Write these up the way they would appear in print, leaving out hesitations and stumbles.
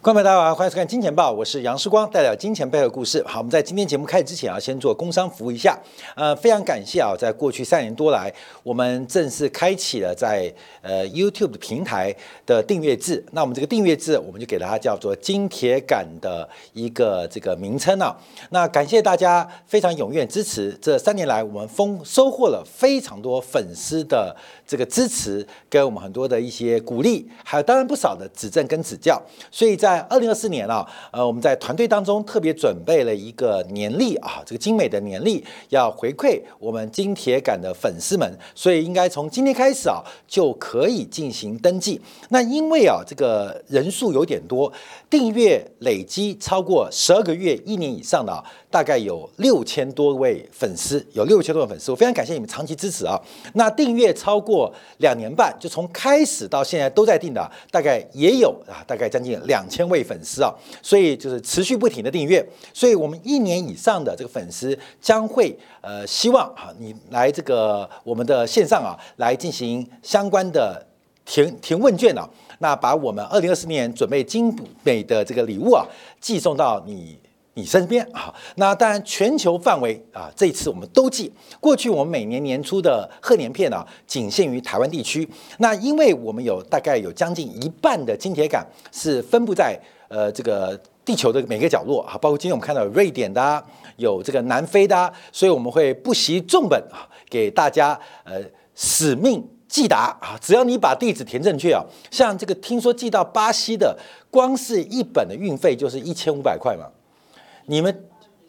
观众朋友大家好，欢迎收看《金钱报》，我是杨世光，带来金钱背后的故事。好，我们在今天节目开始之前先做工商服务一下。非常感谢在过去3年多来，我们正式开启了在YouTube 平台的订阅制。那我们这个订阅制，我们就给它叫做金铁杆的一个这个名称啊。那感谢大家非常踊跃支持，这3年来我们收获了非常多粉丝的这个支持，跟我们很多的一些鼓励，还有当然不少的指正跟指教。所以在2024年我们在团队当中特别准备了一个年历这个精美的年历，要回馈我们金铁杆的粉丝们，所以应该从今天开始就可以进行登记。那因为这个人数有点多，订阅累积超过12个月、1年以上的大概有6000多位粉丝，我非常感谢你们长期支持那订阅超过2年半，就从开始到现在都在订的，大概也有大概将近2000位粉丝所以就是持续不停的订阅，所以我们1年以上的这个粉丝将会希望你来这个我们的线上来进行相关的填问卷那把我们2024年准备精美的这个礼物寄送到你身边那当然全球范围这一次我们都寄。过去我们每年年初的贺年片仅限于台湾地区。那因为我们大概有将近1半的金铁杆是分布在这个地球的每个角落包括今天我们看到有瑞典的有这个南非的所以我们会不惜重本给大家使命寄达只要你把地址填正确像这个听说寄到巴西的，光是1本的运费就是1500块嘛。你们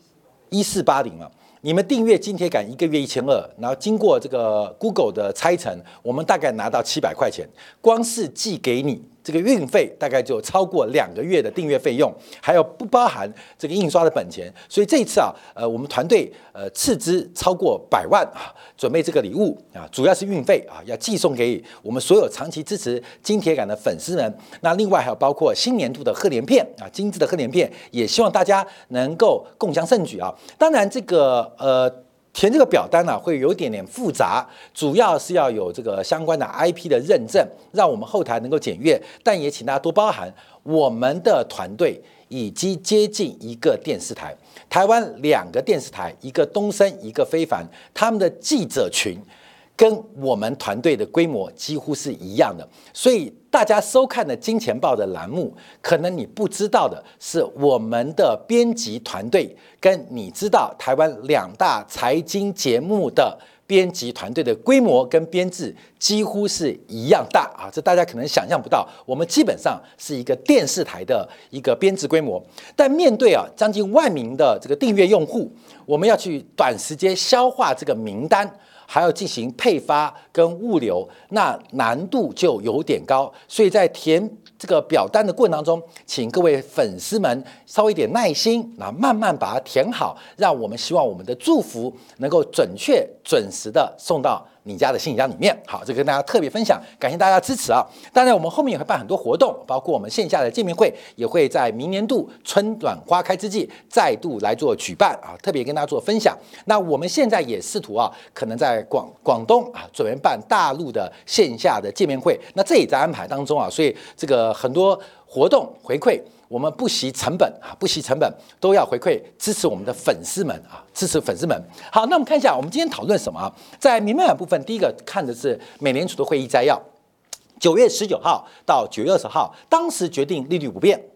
1480嘛，你们订阅金铁杆1个月1200，然后经过这个 Google 的拆成，我们大概拿到700块钱，光是寄给你这个运费大概就超过2个月的订阅费用，还有不包含这个印刷的本钱。所以这一次我们团队斥资超过100万准备这个礼物主要是运费要寄送给我们所有长期支持金铁杆的粉丝们。那另外还有包括新年度的贺年片精致的贺年片，也希望大家能够共襄盛举当然这个填这个表单会有点复杂，主要是要有这个相关的 IP 的认证，让我们后台能够检阅。但也请大家多包涵，我们的团队已经接近1个电视台，台湾2个电视台，一个东森，一个非凡，他们的记者群跟我们团队的规模几乎是一样的。所以大家收看的金钱报的栏目，可能你不知道的是我们的编辑团队跟你知道台湾2大财经节目的编辑团队的规模跟编制几乎是一样大这大家可能想象不到。我们基本上是一个电视台的一个编制规模，但面对将近1万名的这个订阅用户，我们要去短时间消化这个名单，还要进行配发跟物流，那难度就有点高。所以在填这个表单的过程当中，请各位粉丝们稍微一点耐心慢慢把它填好，让我们希望我们的祝福能够准确准时的送到你家的信箱里面。好，这个跟大家特别分享，感谢大家支持当然我们后面也会办很多活动，包括我们线下的见面会也会在明年度春暖花开之际再度来做举办特别跟大家做分享。那我们现在也试图可能在广东准备办大陆的线下的见面会，那这也在安排当中所以这个很多活动回馈我们不惜成本都要回馈支持我们的粉丝们支持粉丝们。好，那我们看一下我们今天讨论什么在明面版部分，第一个看的是美联储的会议摘要，9月19号到9月20号，当时决定利率不变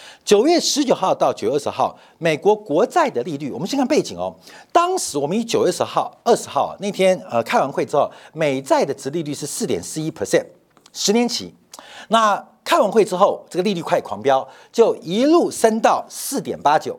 9月19号到9月20号，美国国债的利率，我们先看背景当时我们以9月20号那天开完会之后，美债的殖利率是4.41%， 10年期。那开完会之后，这个利率快狂飙，就一路升到4.89%，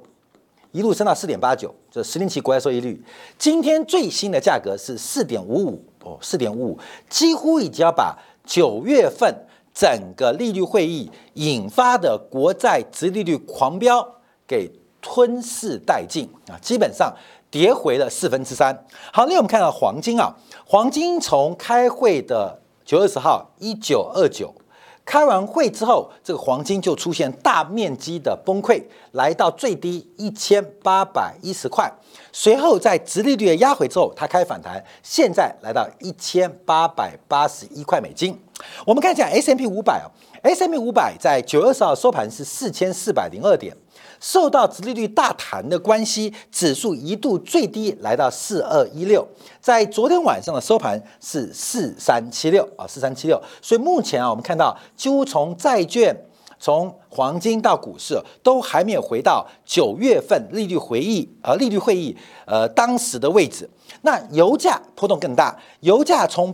这10年期国债收益率。今天最新的价格是4.55，几乎已经要把9月份整个利率会议引发的国债殖利率狂飙给吞噬殆尽基本上跌回了3/4。好，那我们看到黄金黄金从开会的9月20号1929。开完会之后，这个黄金就出现大面积的崩溃，来到最低1810块。随后在殖利率的压回之后，它开反弹，现在来到1881块美金。 我们看一下 S&P 500S&P 500在9月20号收盘是4402点，受到殖利率大弹的关系，指数一度最低来到4216，在昨天晚上的收盘是4376，所以目前我们看到几乎从债券、从黄金到股市都还没有回到9月份利率会议当时的位置。那油价波动更大，油价从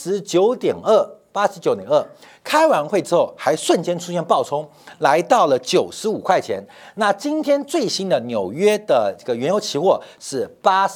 89.2开完会之后，还瞬间出现暴冲，来到了95块钱。那今天最新的纽约的这个原油期货是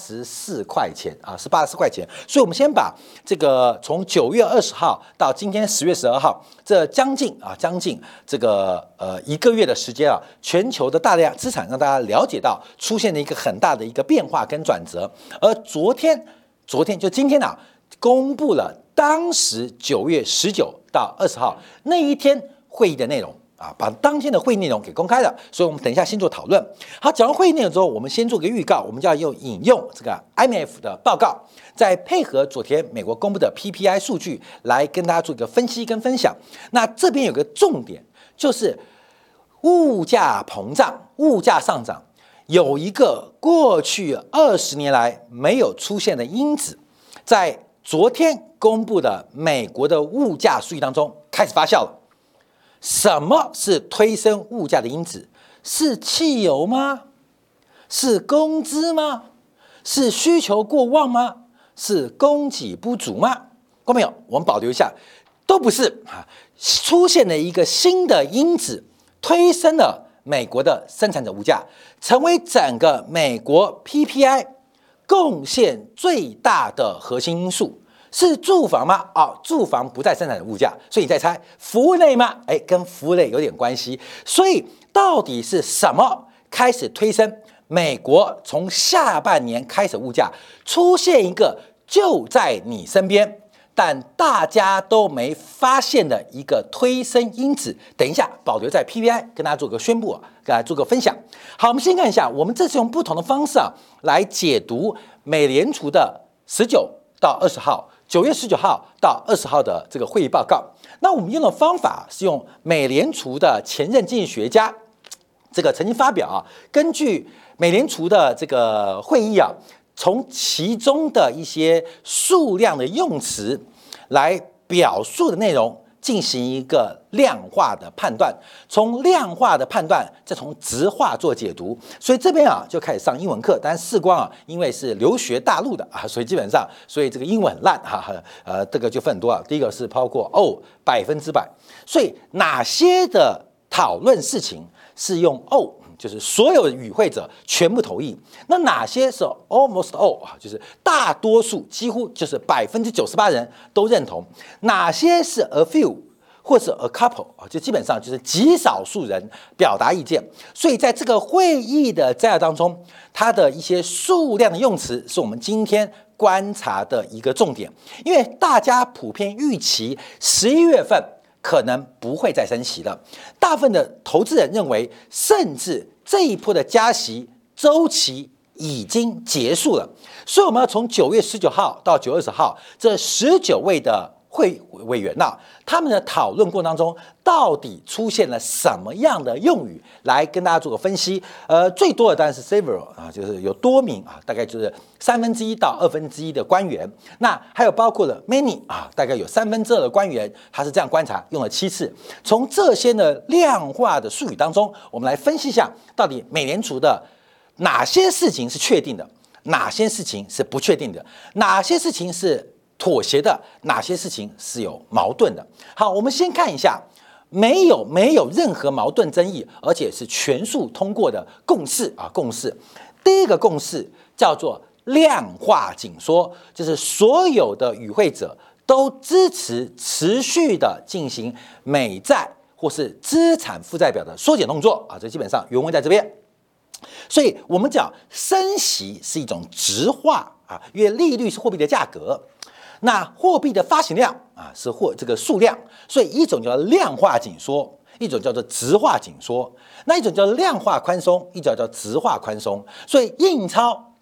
84块钱是84块钱。所以，我们先把这个从9月20号到今天10月12号，这将近这个一个月的时间全球的大量资产让大家了解到出现了一个很大的一个变化跟转折。而昨天就今天公布了当时9月19到20号那一天会议的内容把当天的会议内容给公开了，所以我们等一下先做讨论。好，讲完会议内容之后，我们先做个预告，我们就要引用这个 IMF 的报告，再配合昨天美国公布的 PPI 数据来跟大家做一个分析跟分享。那这边有个重点，就是物价膨胀、物价上涨有一个过去20年来没有出现的因子，在昨天公布的美国的物价数据当中开始发酵了。什么是推升物价的因子？是汽油吗？是工资吗？是需求过旺吗？是供给不足吗？各位朋友，我们保留一下，都不是出现了一个新的因子，推升了美国的生产者物价，成为整个美国 PPI 贡献最大的核心因素。是住房吗？住房不在生产的物价，所以你再猜服务类吗？跟服务类有点关系。所以到底是什么开始推升美国从下半年开始物价出现一个就在你身边，但大家都没发现的一个推升因子？等一下保留在 PPI 跟大家做个宣布跟大家做个分享。好，我们先看一下，我们这次用不同的方式来解读美联储的19到20号。9月19号到20号的这个会议报告，那我们用的方法是用美联储的前任经济学家这个曾经发表根据美联储的这个会议从其中的一些数量的用词来表述的内容进行一个量化的判断，从量化的判断再从质化做解读。所以这边就开始上英文课，但是世光因为是留学大陆的所以基本上这个英文很烂这个就分很多第一个是包括100%，所以哪些的讨论事情是用就是所有的与会者全部同意，那哪些是 almost all 就是大多数几乎就是98%人都认同，哪些是 a few 或是 a couple 就基本上就是极少数人表达意见。所以在这个会议的摘要当中，它的一些数量的用词是我们今天观察的一个重点，因为大家普遍预期11月份可能不会再升息了，大部分的投资人认为，甚至这一波的加息周期已经结束了。所以我们要从9月19号到9月20号这19位的会委员他们的讨论过程当中，到底出现了什么样的用语，来跟大家做个分析。最多的当然是 several 就是有多名大概就是1/3到1/2的官员。那还有包括了 many 大概有2/3的官员，他是这样观察，用了7次。从这些的量化的术语当中，我们来分析一下，到底美联储的哪些事情是确定的，哪些事情是不确定的，哪些事情是妥协的，哪些事情是有矛盾的。好，我们先看一下没有任何矛盾争议，而且是全数通过的共识共识。第一个共识叫做量化紧缩，就是所有的与会者都支持持续的进行美债或是资产负债表的缩减动作这基本上原文在这边。所以我们讲升息是一种质化因为利率是货币的价格，那货币的发行量是这个数量，所以一种叫量化紧缩，一种叫做质化紧缩，那一种叫量化宽松，一种叫质化宽松。所以印钞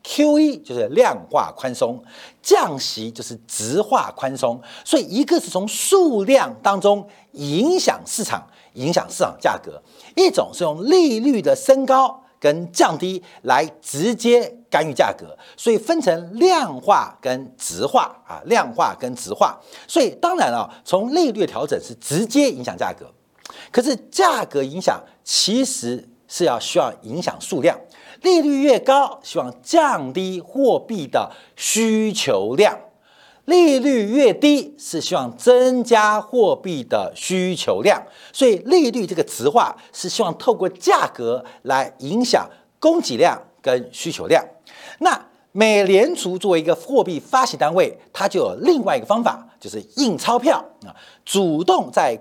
QE 就是量化宽松，降息就是质化宽松，所以一个是从数量当中影响市场价格，一种是用利率的升高跟降低来直接干预价格，所以分成量化跟质化啊，量化跟质化。所以当然啊，从利率的调整是直接影响价格，可是价格影响其实是需要影响数量。利率越高，希望降低货币的需求量；利率越低，是希望增加货币的需求量。所以利率这个质化是希望透过价格来影响供给量跟需求量。那美联储作为一个货币发行单位，它就有另外一个方法，就是印钞票啊，主动在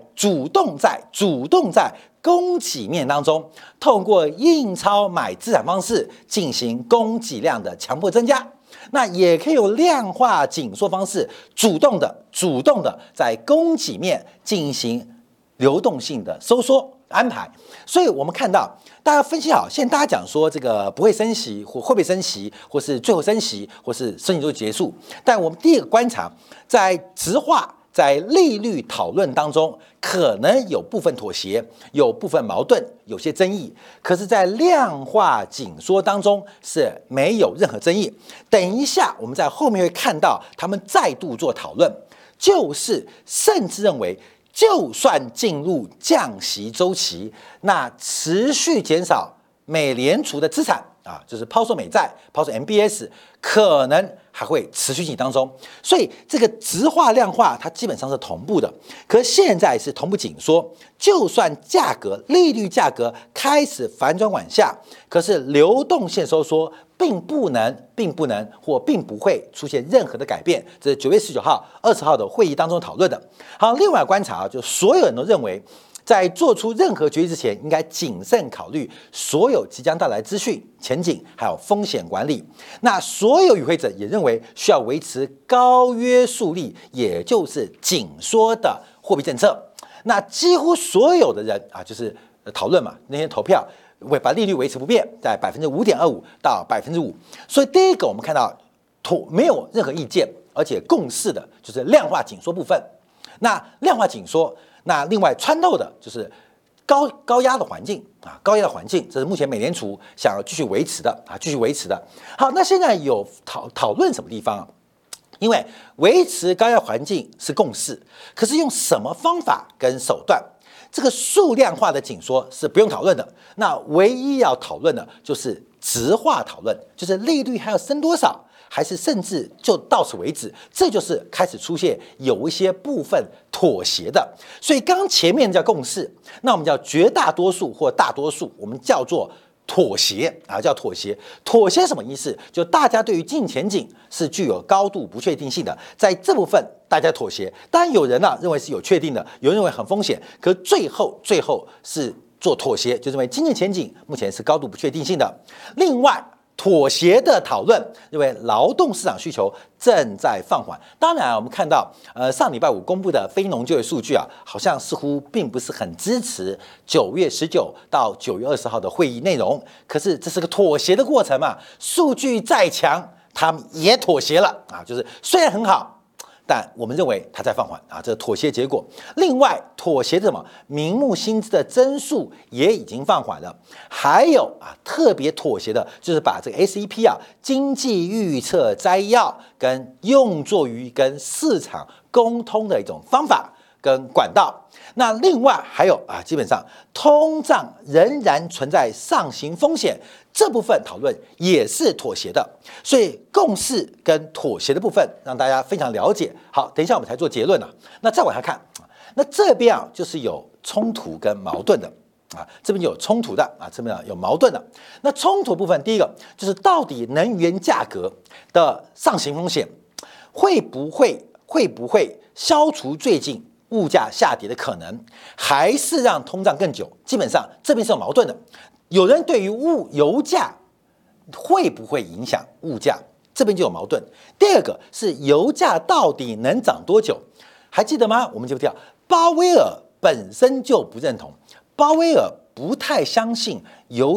供给面当中，透过印钞买资产方式进行供给量的强迫增加。那也可以用量化紧缩方式，主动的在供给面进行流动性的收缩安排。所以我们看到，大家分析好，现在大家讲说这个不会升息，或会不会升息，或是最后升息，或是升息就结束。但我们第一个观察，在质化。在利率讨论当中，可能有部分妥协，有部分矛盾，有些争议。可是，在量化紧缩当中是没有任何争议。等一下，我们在后面会看到他们再度做讨论，就是甚至认为，就算进入降息周期，那持续减少美联储的资产啊，就是抛售美债、抛售 MBS， 可能还会持续进行当中。所以这个质化量化它基本上是同步的，可是现在是同步紧缩。就算利率价格开始反转往下，可是流动性收缩并不能或并不会出现任何的改变。这是9月19号、20号的会议当中讨论的。好，另外观察就所有人都认为，在做出任何决议之前，应该谨慎考虑所有即将到来资讯、前景，还有风险管理。那所有与会者也认为需要维持高约束力，也就是紧缩的货币政策。那几乎所有的人啊，就是讨论嘛，那天投票会把利率维持不变，在5.25%到5%。所以第一个我们看到没有任何意见，而且共识的就是量化紧缩部分。那量化紧缩。那另外穿透的就是高压的环境啊，高压的环境，这是目前美联储想要继续维持的。好，那现在有讨论什么地方啊？因为维持高压环境是共识，可是用什么方法跟手段？这个数量化的紧缩是不用讨论的。那唯一要讨论的就是质化讨论，就是利率还要升多少？还是甚至就到此为止，这就是开始出现有一些部分妥协的。所以刚前面叫共识，那我们叫绝大多数或大多数，我们叫做妥协啊，叫妥协。妥协什么意思？就大家对于经济前景是具有高度不确定性的，在这部分大家妥协。当然有人认为是有确定的，有人认为很风险，可最后是做妥协，就认为经济前景目前是高度不确定性的。另外，妥协的讨论，认为劳动市场需求正在放缓。当然，我们看到，上礼拜五公布的非农就业数据啊，好像似乎并不是很支持9月19到9月20号的会议内容。可是这是个妥协的过程嘛，数据再强，他们也妥协了啊，就是虽然很好。但我们认为它在放缓啊，这是妥协结果。另外，妥协的什么？名目薪资的增速也已经放缓了。还有特别妥协的就是把这个 SEP 经济预测摘要跟用作于跟市场沟通的一种方法跟管道。那另外还有基本上通胀仍然存在上行风险，这部分讨论也是妥协的。所以共识跟妥协的部分让大家非常了解。好，等一下我们才做结论。那再往下看，那这边就是有冲突跟矛盾的这边有冲突的这边有矛盾的。那冲突部分，第一个就是到底能源价格的上行风险会不会消除最近物价下跌的可能，还是让通胀更久？基本上这边是有矛盾的。有人对于油价会不会影响物价，这边就有矛盾。第二个是油价到底能涨多久？还记得吗？我们就提到鲍威尔本身就不认同，鲍威尔不太相信油价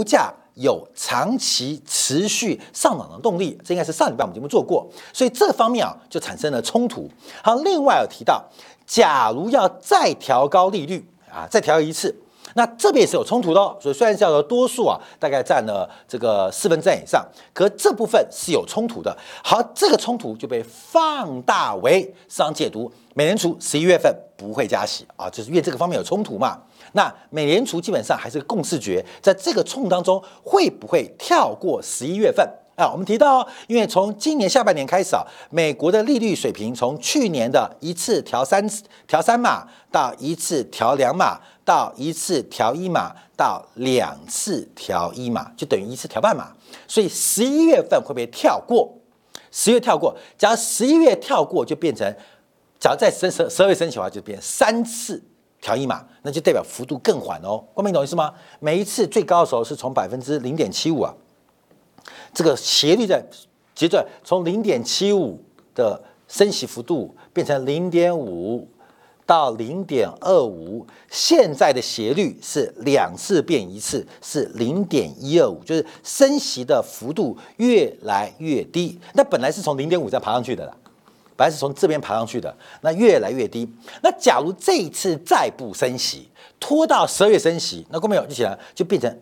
有长期持续上涨的动力，这应该是上礼拜我们节目做过，所以这方面就产生了冲突。好，另外有提到，假如要再调高利率再调一次，那这边也是有冲突的所以虽然叫做多数大概占了这个2/4以上，可这部分是有冲突的。好，这个冲突就被放大为市场解读，美联储11月份不会加息就是因为这个方面有冲突嘛。那美联储基本上还是个共识决，在这个冲当中会不会跳过11月份我们提到因为从今年下半年开始美国的利率水平从去年的一次调3码，到一次调2码，到一次调1码，到2次调1码，就等于一次调半码。所以11月份会不会跳过？11月跳过，假如11月跳过，就变成，假如在12月升息的话，就变3次调1码，那就代表幅度更缓光明懂意思吗？每一次最高的时候是从0.75%这个斜率在节转从0.75的升息幅度变成0.5到0.25，现在的斜率是2次变1次，是0.125，就是升息的幅度越来越低。那本来是从0.5这样爬上去的啦。本来是从这边爬上去的，那越来越低。那假如这一次再不升息，拖到12月升息，那各位就起来就变成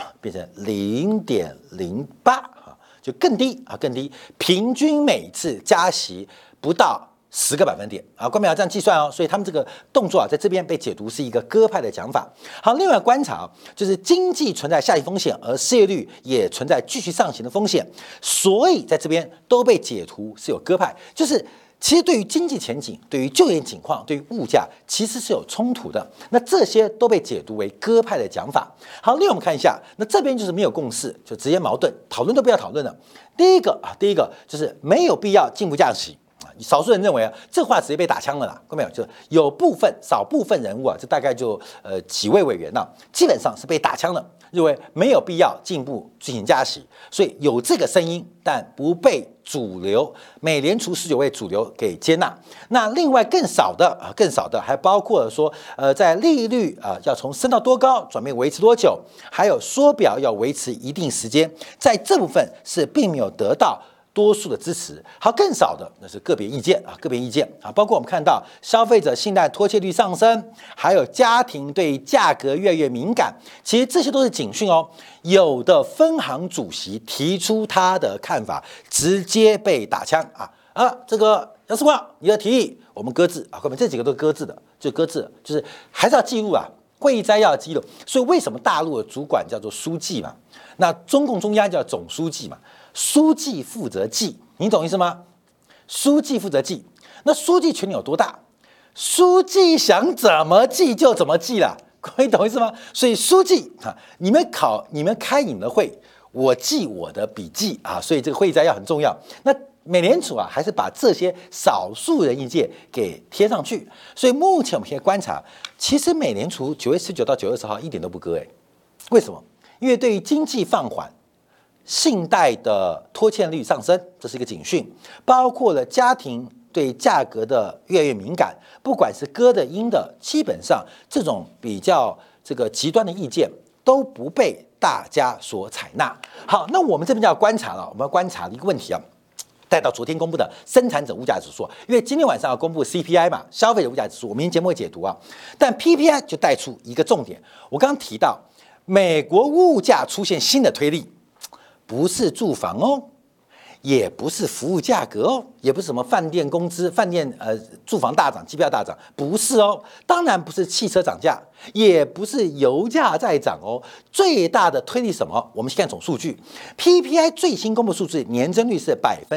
0.08就更低更低。平均每次加息不到10个百分点各位要这样计算所以他们这个动作在这边被解读是一个鸽派的讲法。好，另外观察就是经济存在下行风险，而失业率也存在继续上行的风险，所以在这边都被解读是有鸽派，就是其实对于经济前景、对于就业情况、对于物价，其实是有冲突的。那这些都被解读为鸽派的讲法。好，另外我们看一下，那这边就是没有共识，就直接矛盾，讨论都不要讨论了。第一个就是没有必要进一步降息。少数人认为这话直接被打枪了啦，看到没有？就有少部分人物这大概就几位委员基本上是被打枪了，认为没有必要进一步进行加息，所以有这个声音，但不被主流美联储19位主流给接纳。那另外更少的还包括了说，在利率要从升到多高，转变维持多久，还有缩表要维持一定时间，在这部分是并没有得到多数的支持。好，更少的那是个别意见包括我们看到消费者信贷拖欠率上升，还有家庭对价格越来越敏感，其实这些都是警讯有的分行主席提出他的看法，直接被打枪这个杨世光你的提议我们搁置各位这几个都是搁置的，就是还是要记录会议摘要记录。所以为什么大陆的主管叫做书记嘛？那中共中央叫总书记嘛？书记负责记，你懂意思吗？书记负责记，那书记权力有多大？书记想怎么记就怎么记啦，各位懂意思吗？所以书记你们开你们的会，我记我的笔记所以这个会议摘要很重要。那美联储还是把这些少数人意见给贴上去，所以目前我们可以观察，其实美联储9月19到9月20号一点都不鸽为什么？因为对于经济放缓，信贷的拖欠率上升，这是一个警讯，包括了家庭对价格的越来越敏感，不管是鸽的鹰的，基本上这种比较极端的意见都不被大家所采纳。好，那我们这边就要观察了，我们要观察一个问题带到昨天公布的生产者物价指数，因为今天晚上要公布 CPI 嘛，消费者物价指数，我明天节目会解读但 PPI 就带出一个重点，我刚刚提到美国物价出现新的推力。不是住房也不是服务价格也不是什么饭店工资、住房大涨、机票大涨，不是当然不是汽车涨价，也不是油价在涨最大的推力什么？我们先看总数据 ，PPI 最新公布数字，年增率是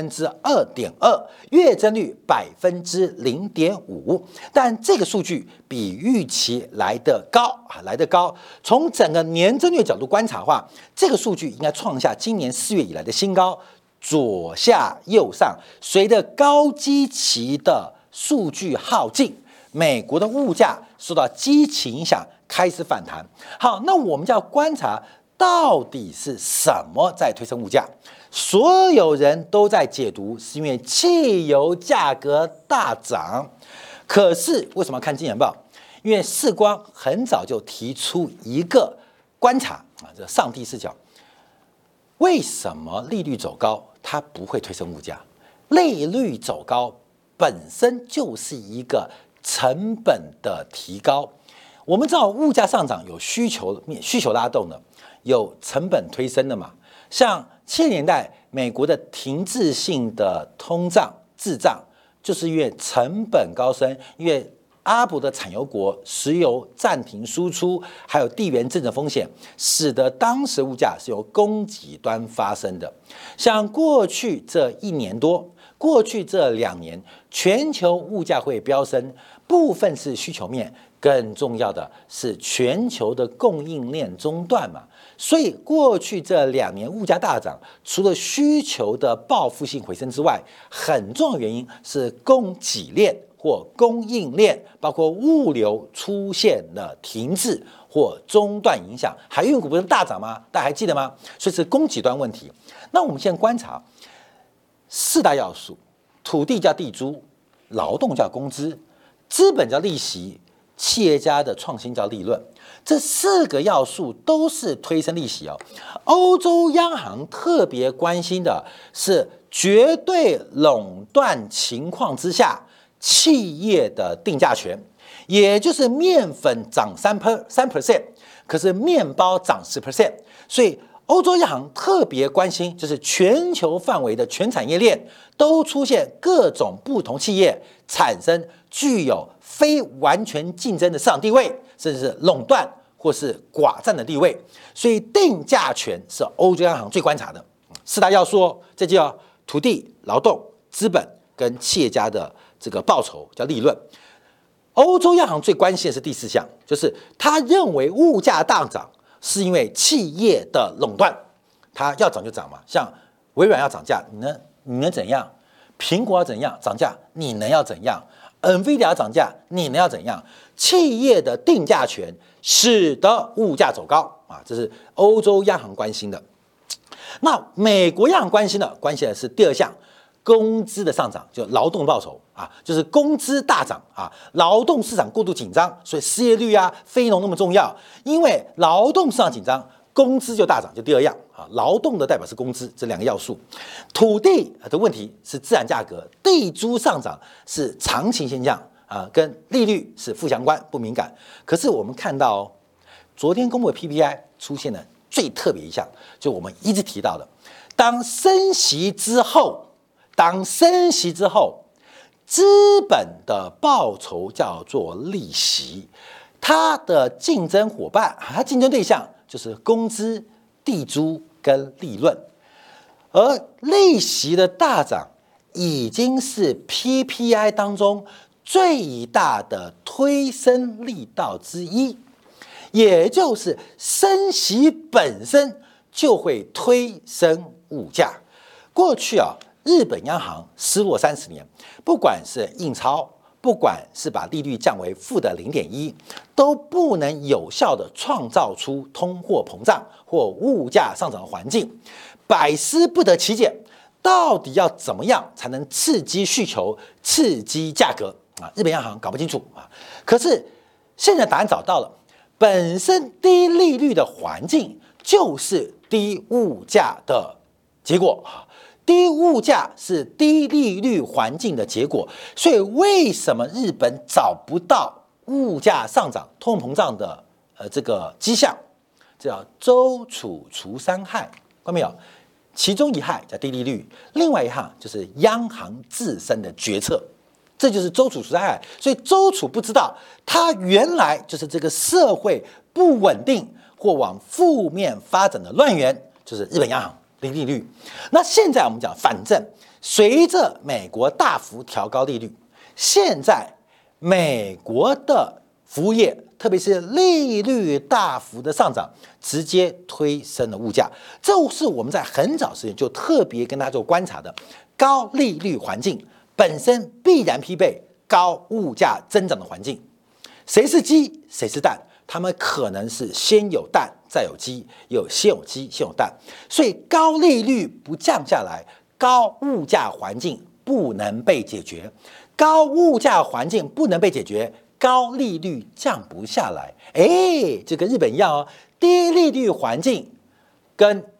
2.2%，月增率0.5%，但这个数据比预期来得高。从整个年增率角度观察的话，这个数据应该创下今年4月以来的新高。左下右上，随着高基期的数据耗尽，美国的物价受到基期影响开始反弹。好，那我们就要观察到底是什么在推升物价。所有人都在解读是因为汽油价格大涨，可是为什么要看《金钱报》？因为世光很早就提出一个观察这上帝视角。 为什么利率走高它不会推升物价？利率走高本身就是一个成本的提高。我们知道物价上涨有需求拉动的，有成本推升的嘛。像70年代美国的停滞性的通胀滞胀，就是因为成本高升，因为阿拉伯的产油国石油暂停输出，还有地缘政治风险，使得当时物价是由供给端发生的。像过去这1年多，过去这2年，全球物价会飙升，部分是需求面，更重要的是全球的供应链中断嘛。所以过去这2年物价大涨，除了需求的报复性回升之外，很重要的原因是供给链或供应链，包括物流出现了停滞或中断影响。海运股不是大涨吗？大家还记得吗？所以是供给端问题。那我们现在观察4大要素：土地叫地租，劳动叫工资，资本叫利息，企业家的创新叫利润。这4个要素都是推升利息哦。欧洲央行特别关心的是绝对垄断情况之下企业的定价权，也就是面粉涨3%，可是面包涨10%，所以欧洲央行特别关心，就是全球范围的全产业链都出现各种不同企业产生具有非完全竞争的市场地位，甚至是垄断或是寡占的地位，所以定价权是欧洲央行最观察的4大要素哦。这叫土地、劳动、资本跟企业家的这个报酬叫利润。欧洲央行最关心的是第4项，就是他认为物价大涨是因为企业的垄断，它要涨就涨嘛。像微软要涨价，你能怎样？苹果要怎样涨价，你能要怎样？NVIDIA 要涨价，你能要怎样？企业的定价权使得物价走高啊，这是欧洲央行关心的。那美国央行关心的是第2项，工资的上涨，就劳动报酬啊，就是工资大涨啊，劳动市场过度紧张，所以失业率啊、非农那么重要，因为劳动市场紧张，工资就大涨，就第2样啊，劳动的代表是工资，这2个要素。土地的问题是自然价格，地租上涨是长期现象啊，跟利率是负相关，不敏感。可是我们看到昨天公布的 PPI 出现了最特别一项，就我们一直提到的，当升息之后，资本的报酬叫做利息，它的竞争伙伴，它竞争对象就是工资、地租跟利润，而利息的大涨已经是 PPI 当中最大的推升力道之一，也就是升息本身就会推升物价。过去日本央行失落30年，不管是印钞，不管是把利率降为负的0.1，都不能有效地创造出通货膨胀或物价上涨的环境，百思不得其解，到底要怎么样才能刺激需求、刺激价格啊？日本央行搞不清楚啊。可是现在答案找到了，本身低利率的环境就是低物价的结果。低物价是低利率环境的结果，所以为什么日本找不到物价上涨、通货膨胀的这个迹象？这叫周处除3害，看到没有？其中1害叫低利率，另外1害就是央行自身的决策，这就是周处除3害。所以周处不知道，它原来就是这个社会不稳定或往负面发展的乱源，就是日本央行。低利率，那现在我们讲，反正随着美国大幅调高利率，现在美国的服务业，特别是利率大幅的上涨，直接推升了物价。这是我们在很早时间就特别跟大家做观察的，高利率环境本身必然匹配高物价增长的环境。谁是鸡，谁是蛋？他们可能是先有蛋再有鸡，先有鸡先有蛋，所以高利率不降下来，高物价环境不能被解决，高物价环境不能被解决，高利率降不下来。就跟日本一样哦，低利率环境跟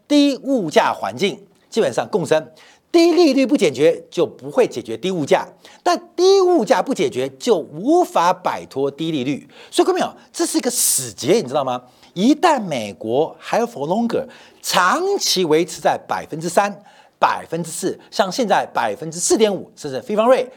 低物价环境基本上共生。低利率不解决，就不会解决低物价；但低物价不解决，就无法摆脱低利率。所以，各位朋友，这是一个死结，你知道吗？一旦美国 higher for longer 长期维持在3%、4%，像现在4.5%，甚至非方瑞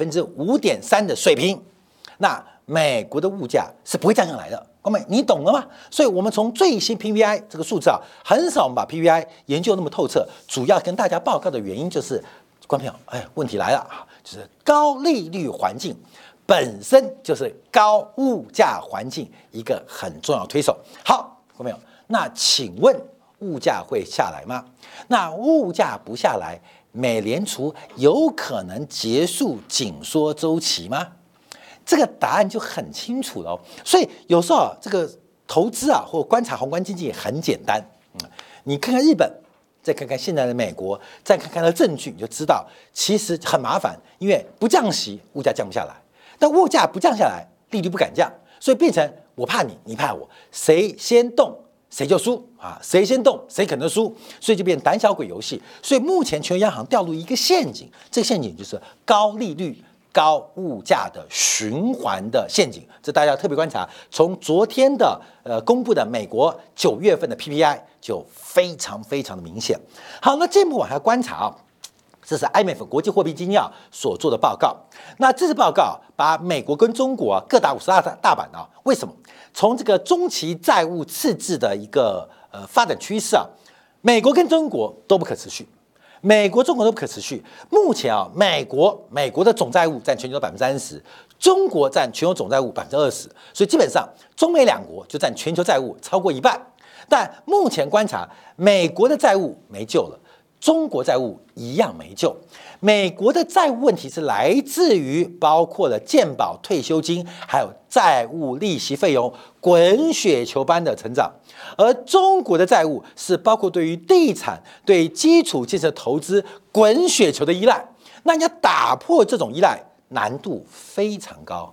5.3%的水平，那美国的物价是不会降下来的。各位，你懂了吗？所以，我们从最新 PPI 这个数字啊，很少我们把 PPI 研究那么透彻。主要跟大家报告的原因就是，观众朋友，问题来了啊，就是高利率环境本身就是高物价环境一个很重要的推手。好，观众朋友，那请问物价会下来吗？那物价不下来，美联储有可能结束紧缩周期吗？这个答案就很清楚了哦。所以有时候啊，这个投资啊，或观察宏观经济很简单。你看看日本，再看看现在的美国，再看看它的证据，你就知道其实很麻烦。因为不降息，物价降不下来；但物价不降下来，利率不敢降，所以变成我怕你，你怕我，谁先动谁就输啊！谁先动谁可能输，所以就变胆小鬼游戏。所以目前全球央行掉入一个陷阱，这个陷阱就是高利率、高物价的循环的陷阱，这大家要特别观察。从昨天的公布的美国9月份的 PPI 就非常的明显。好，那进一步往下观察啊，这是 IMF 国际货币基金所做的报告。那这次报告把美国跟中国各打50大板啊，为什么？从这个中期债务赤字的一个发展趋势啊，美国跟中国都不可持续。美国、中国都不可持续。目前啊，美国的总债务占全球的30%，中国占全球总债务20%，所以基本上中美两国就占全球债务超过一半。但目前观察，美国的债务没救了，中国债务一样没救。美国的债务问题是来自于包括了健保、退休金，还有债务利息费用滚雪球般的成长。而中国的债务是包括对于地产、对基础建设投资滚雪球的依赖。那你要打破这种依赖，难度非常高，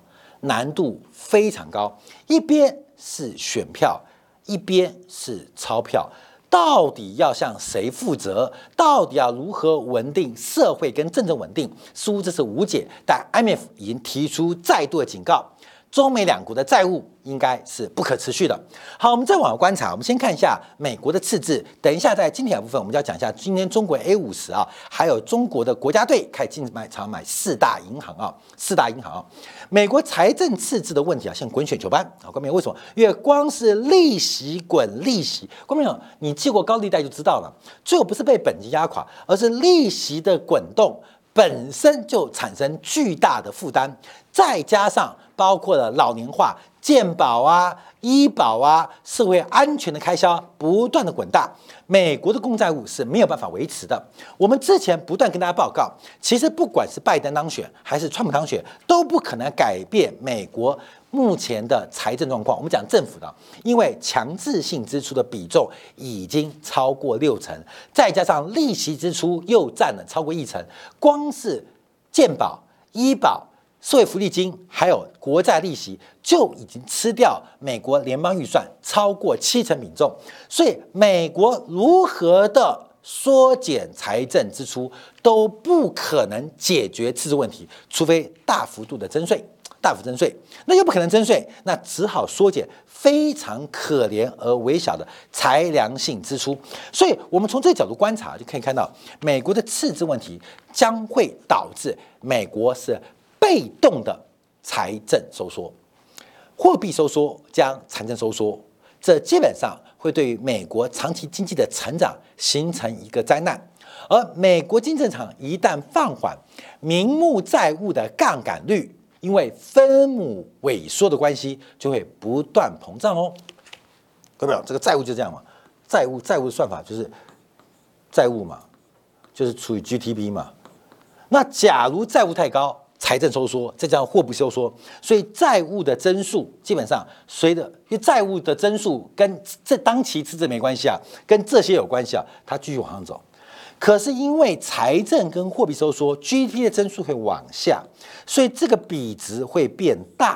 一边是选票，一边是钞票。到底要向谁负责？到底要如何稳定社会跟政治稳定？似乎这是无解。但 IMF 已经提出再度的警告，中美两国的债务应该是不可持续的。好，我们再往下观察，我们先看一下美国的赤字。等一下在今天的部分，我们就要讲一下今天中国 A50啊，还有中国的国家队开始进场买四大银行啊。美国财政赤字的问题啊，像滚雪球般啊。观众朋友，为什么？因为光是利息滚利息，观众朋友，你借过高利贷就知道了，最后不是被本金压垮，而是利息的滚动本身就产生巨大的负担，再加上包括了老年化、健保啊、医保啊、社会安全的开销不断的滚大，美国的公债务是没有办法维持的。我们之前不断跟大家报告，其实不管是拜登当选还是川普当选，都不可能改变美国目前的财政状况。我们讲政府的，因为强制性支出的比重已经超过60%，再加上利息支出又占了超过1%，光是健保、医保、社会福利金还有国债利息就已经吃掉美国联邦预算超过70%比重，所以美国如何的缩减财政支出都不可能解决赤字问题，除非大幅度征税，那又不可能征税，那只好缩减非常可怜而微小的裁量性支出。所以我们从这个角度观察，就可以看到美国的赤字问题将会导致美国是被动的财政收缩，货币收缩将财政收缩，这基本上会对于美国长期经济的成长形成一个灾难。而美国经济增长一旦放缓，名目债务的杠杆率因为分母萎缩的关系，就会不断膨胀哦。各位朋友，这个债务就这样嘛，债务的算法就是债务嘛，就是除以 GDP 嘛。那假如债务太高，财政收缩，再加上货币收缩，所以债务的增速基本上随着，因为债务的增速跟这当期赤字没关系啊，跟这些有关系啊，它继续往上走。可是因为财政跟货币收缩 ，GDP 的增速会往下，所以这个比值会变大，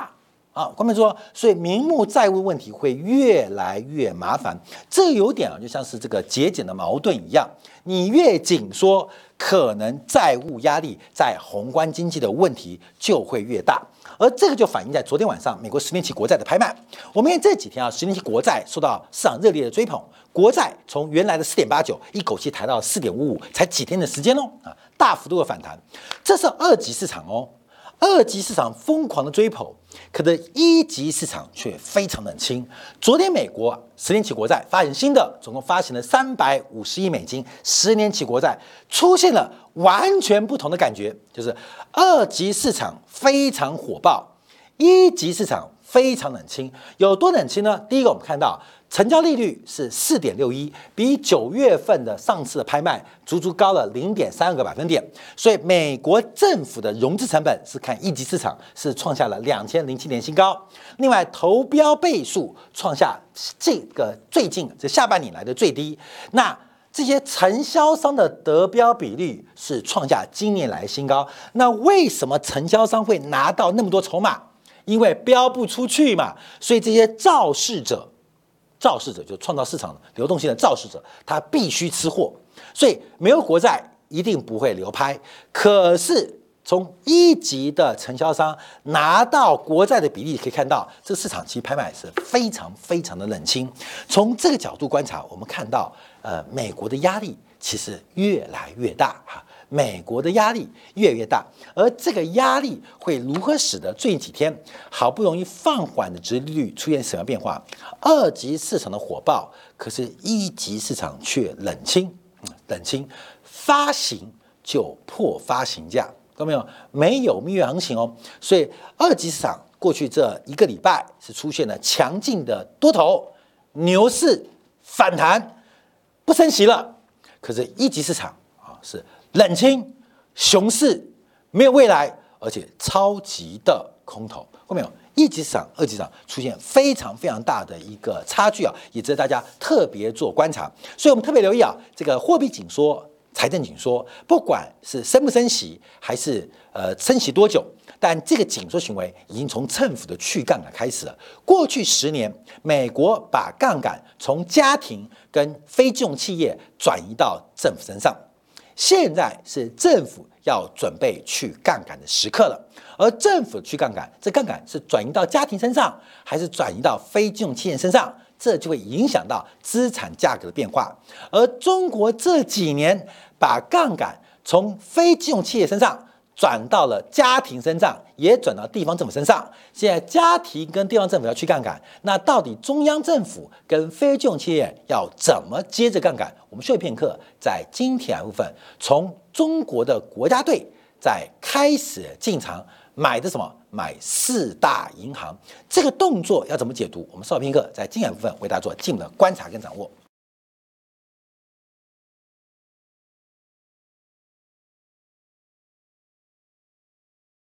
啊，官媒说，所以名目债务问题会越来越麻烦。这有点就像是这个节俭的矛盾一样，你越紧缩，可能债务压力在宏观经济的问题就会越大。而这个就反映在昨天晚上美国10年期国债的拍卖。我们看这几天啊，10年期国债受到市场热烈的追捧，国债从原来的4.89一口气抬到4.55，才几天的时间哦，啊，大幅度的反弹。这是二级市场哦，二级市场疯狂的追捧，可是一级市场却非常冷清。昨天美国10年期国债发行新的，总共发行了350亿美金，10年期国债出现了完全不同的感觉，就是二级市场非常火爆，一级市场非常冷清。有多冷清呢？第一个，我们看到成交利率是4.61，比9月份的上次的拍卖足足高了0.32个百分点。所以美国政府的融资成本是看一级市场是创下了2007年新高。另外，投标倍数创下这个最近这下半年来的最低。那这些承销商的得标比率是创下今年来新高。那为什么承销商会拿到那么多筹码？因为标不出去嘛，所以这些肇事者就创造市场流动性的肇事者，他必须吃货。所以没有国债一定不会流拍。可是从一级的承销商拿到国债的比例可以看到，这个市场其实拍卖是非常非常的冷清。从这个角度观察，我们看到美国的压力其实越来越大哈。美国的压力越来越大，而这个压力会如何使得最近几天好不容易放缓的殖利率出现什么变化？二级市场的火爆，可是一级市场却冷清，发行就破发行价，看到没有？没有蜜月行情哦，所以二级市场过去这1个礼拜是出现了强劲的多头牛市反弹，不升息了，可是一级市场啊是冷清、熊市，没有未来，而且超级的空头。后面有一级市场、二级市场出现非常非常大的一个差距啊，也值得大家特别做观察。所以我们特别留意啊，这个货币紧缩、财政紧缩，不管是升不升息，还是升息多久，但这个紧缩行为已经从政府的去杠杆开始了。过去10年，美国把杠杆从家庭跟非金融企业转移到政府身上。现在是政府要准备去杠杆的时刻了，而政府去杠杆，这杠杆是转移到家庭身上，还是转移到非金融企业身上？这就会影响到资产价格的变化。而中国这几年把杠杆从非金融企业身上转到了家庭身上，也转到地方政府身上。现在家庭跟地方政府要去杠杆，那到底中央政府跟非金融企业要怎么接着杠杆？我们休息片刻，在今天部分，从中国的国家队在开始进场买的什么？买4大银行，这个动作要怎么解读？我们稍后片刻在精彩部分为大家做进一步的观察跟掌握。